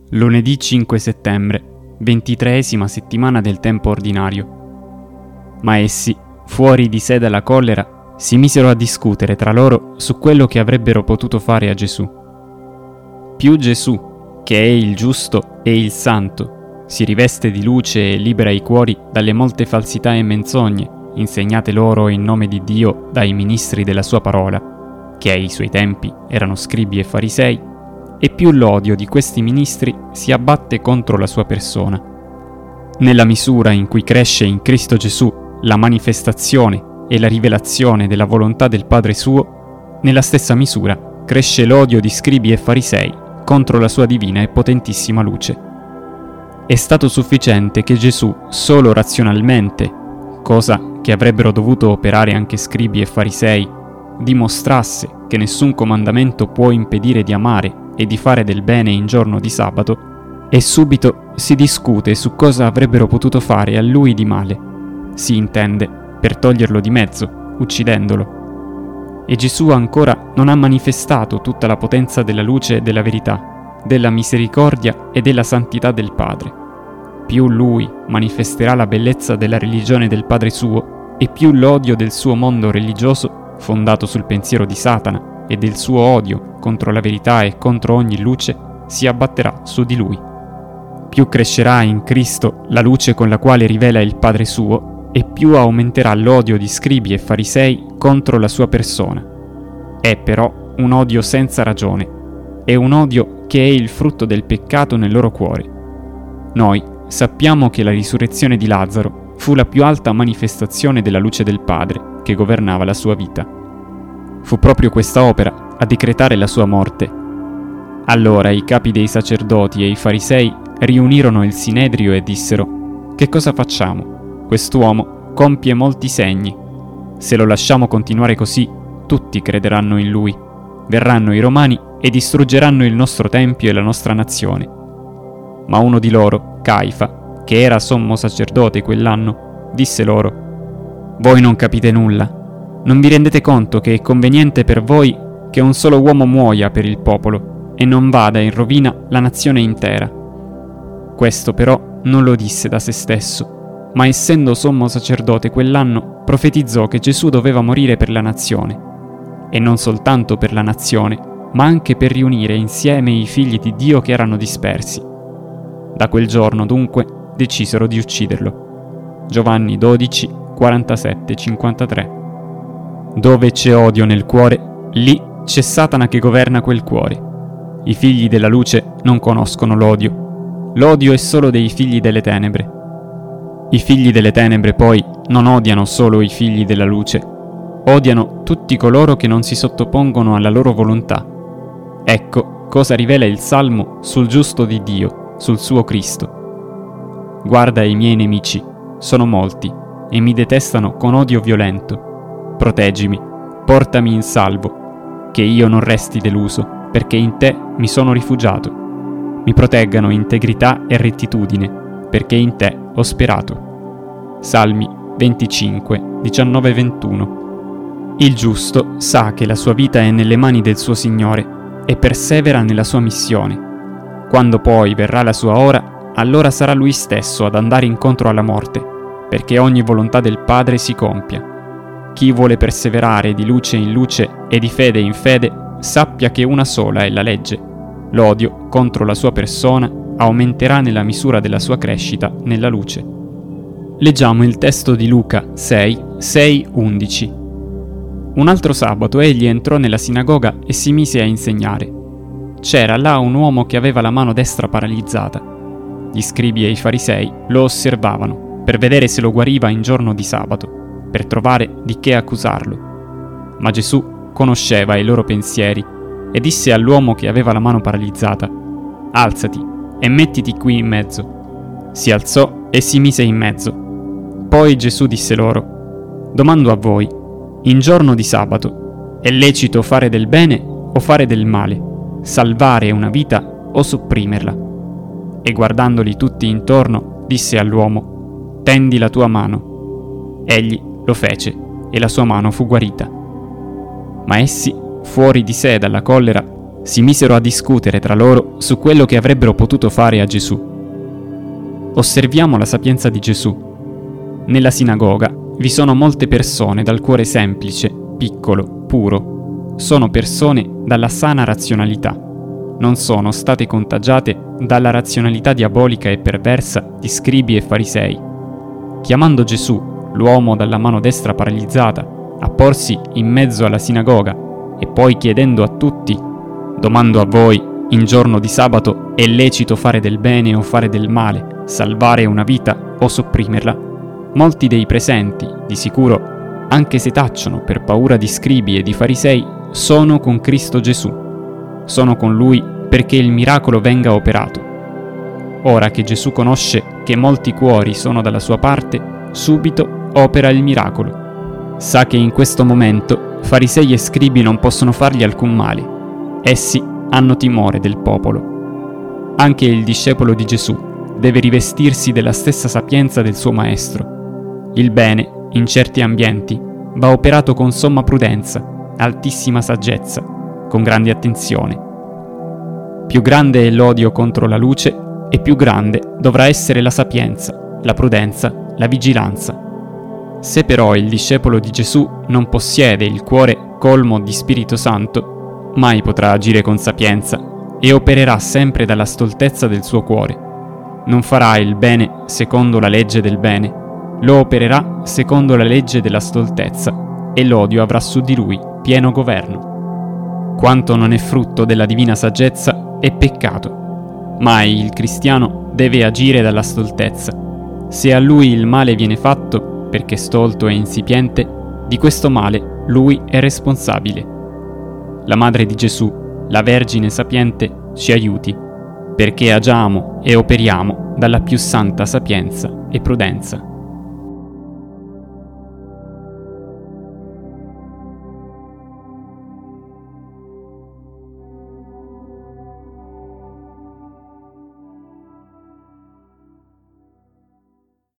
Lunedì 5 settembre, 23esima settimana del tempo ordinario. Ma essi, fuori di sé dalla collera, si misero a discutere tra loro su quello che avrebbero potuto fare a Gesù. Più Gesù, che è il giusto e il santo, si riveste di luce e libera i cuori dalle molte falsità e menzogne insegnate loro in nome di Dio dai ministri della sua parola, che ai suoi tempi erano scribi e farisei, e più l'odio di questi ministri si abbatte contro la sua persona. Nella misura in cui cresce in Cristo Gesù la manifestazione e la rivelazione della volontà del Padre suo, nella stessa misura cresce l'odio di scribi e farisei contro la sua divina e potentissima luce. È stato sufficiente che Gesù solo razionalmente, cosa che avrebbero dovuto operare anche scribi e farisei, dimostrasse che nessun comandamento può impedire di amare e di fare del bene in giorno di sabato, e subito si discute su cosa avrebbero potuto fare a lui di male, si intende per toglierlo di mezzo, uccidendolo. E Gesù ancora non ha manifestato tutta la potenza della luce e della verità, della misericordia e della santità del Padre. Più lui manifesterà la bellezza della religione del Padre suo, e più l'odio del suo mondo religioso, fondato sul pensiero di Satana, e del suo odio contro la verità e contro ogni luce si abbatterà su di lui. Più crescerà in Cristo la luce con la quale rivela il Padre suo, e più aumenterà l'odio di scribi e farisei contro la sua persona. È però un odio senza ragione, è un odio che è il frutto del peccato nel loro cuore. Noi sappiamo che la risurrezione di Lazzaro fu la più alta manifestazione della luce del Padre che governava la sua vita. Fu proprio questa opera a decretare la sua morte. Allora i capi dei sacerdoti e i farisei riunirono il Sinedrio e dissero: «Che cosa facciamo? Quest'uomo compie molti segni. Se lo lasciamo continuare così, tutti crederanno in lui. Verranno i Romani e distruggeranno il nostro tempio e la nostra nazione». Ma uno di loro, Caifa, che era sommo sacerdote quell'anno, disse loro: «Voi non capite nulla. Non vi rendete conto che è conveniente per voi che un solo uomo muoia per il popolo e non vada in rovina la nazione intera?» Questo però non lo disse da se stesso, ma essendo sommo sacerdote quell'anno profetizzò che Gesù doveva morire per la nazione, e non soltanto per la nazione, ma anche per riunire insieme i figli di Dio che erano dispersi. Da quel giorno dunque decisero di ucciderlo. Giovanni 12, 47-53. Dove c'è odio nel cuore, lì c'è Satana che governa quel cuore. I figli della luce non conoscono l'odio. L'odio è solo dei figli delle tenebre. I figli delle tenebre poi non odiano solo i figli della luce, odiano tutti coloro che non si sottopongono alla loro volontà. Ecco cosa rivela il Salmo sul giusto di Dio, sul suo Cristo. «Guarda i miei nemici, sono molti, e mi detestano con odio violento. Proteggimi, portami in salvo, che io non resti deluso, perché in te mi sono rifugiato. Mi proteggano integrità e rettitudine, perché in te ho sperato». Salmi 25, 19-21. Il giusto sa che la sua vita è nelle mani del suo Signore e persevera nella sua missione. Quando poi verrà la sua ora, allora sarà lui stesso ad andare incontro alla morte, perché ogni volontà del Padre si compia. Chi vuole perseverare di luce in luce e di fede in fede, sappia che una sola è la legge. L'odio contro la sua persona aumenterà nella misura della sua crescita nella luce. Leggiamo il testo di Luca 6, 6-11. Un altro sabato egli entrò nella sinagoga e si mise a insegnare. C'era là un uomo che aveva la mano destra paralizzata. Gli scribi e i farisei lo osservavano per vedere se lo guariva in giorno di sabato, per trovare di che accusarlo. Ma Gesù conosceva i loro pensieri e disse all'uomo che aveva la mano paralizzata: «Alzati e mettiti qui in mezzo». Si alzò e si mise in mezzo. Poi Gesù disse loro: «Domando a voi, in giorno di sabato è lecito fare del bene o fare del male, salvare una vita o sopprimerla?» E guardandoli tutti intorno disse all'uomo: «Tendi la tua mano». Egli lo fece e la sua mano fu guarita. Ma essi, fuori di sé dalla collera, si misero a discutere tra loro su quello che avrebbero potuto fare a Gesù. Osserviamo la sapienza di Gesù. Nella sinagoga vi sono molte persone dal cuore semplice, piccolo, puro. Sono persone dalla sana razionalità. Non sono state contagiate dalla razionalità diabolica e perversa di scribi e farisei. Chiamando Gesù, l'uomo dalla mano destra paralizzata, a porsi in mezzo alla sinagoga e poi chiedendo a tutti: «Domando a voi, in giorno di sabato è lecito fare del bene o fare del male, salvare una vita o sopprimerla?» Molti dei presenti, di sicuro, anche se tacciono per paura di scribi e di farisei, sono con Cristo Gesù. Sono con Lui perché il miracolo venga operato. Ora che Gesù conosce che molti cuori sono dalla sua parte, subito opera il miracolo. Sa che in questo momento farisei e scribi non possono fargli alcun male. Essi hanno timore del popolo. Anche il discepolo di Gesù deve rivestirsi della stessa sapienza del suo maestro. Il bene, in certi ambienti, va operato con somma prudenza, altissima saggezza, con grande attenzione. Più grande è l'odio contro la luce e più grande dovrà essere la sapienza, la prudenza, la vigilanza. Se però il discepolo di Gesù non possiede il cuore colmo di Spirito Santo, mai potrà agire con sapienza e opererà sempre dalla stoltezza del suo cuore. Non farà il bene secondo la legge del bene, lo opererà secondo la legge della stoltezza e l'odio avrà su di lui pieno governo. Quanto non è frutto della divina saggezza è peccato. Mai il cristiano deve agire dalla stoltezza. Se a lui il male viene fatto perché stolto e insipiente, di questo male lui è responsabile. La Madre di Gesù, la Vergine sapiente, ci aiuti, perché agiamo e operiamo dalla più santa sapienza e prudenza.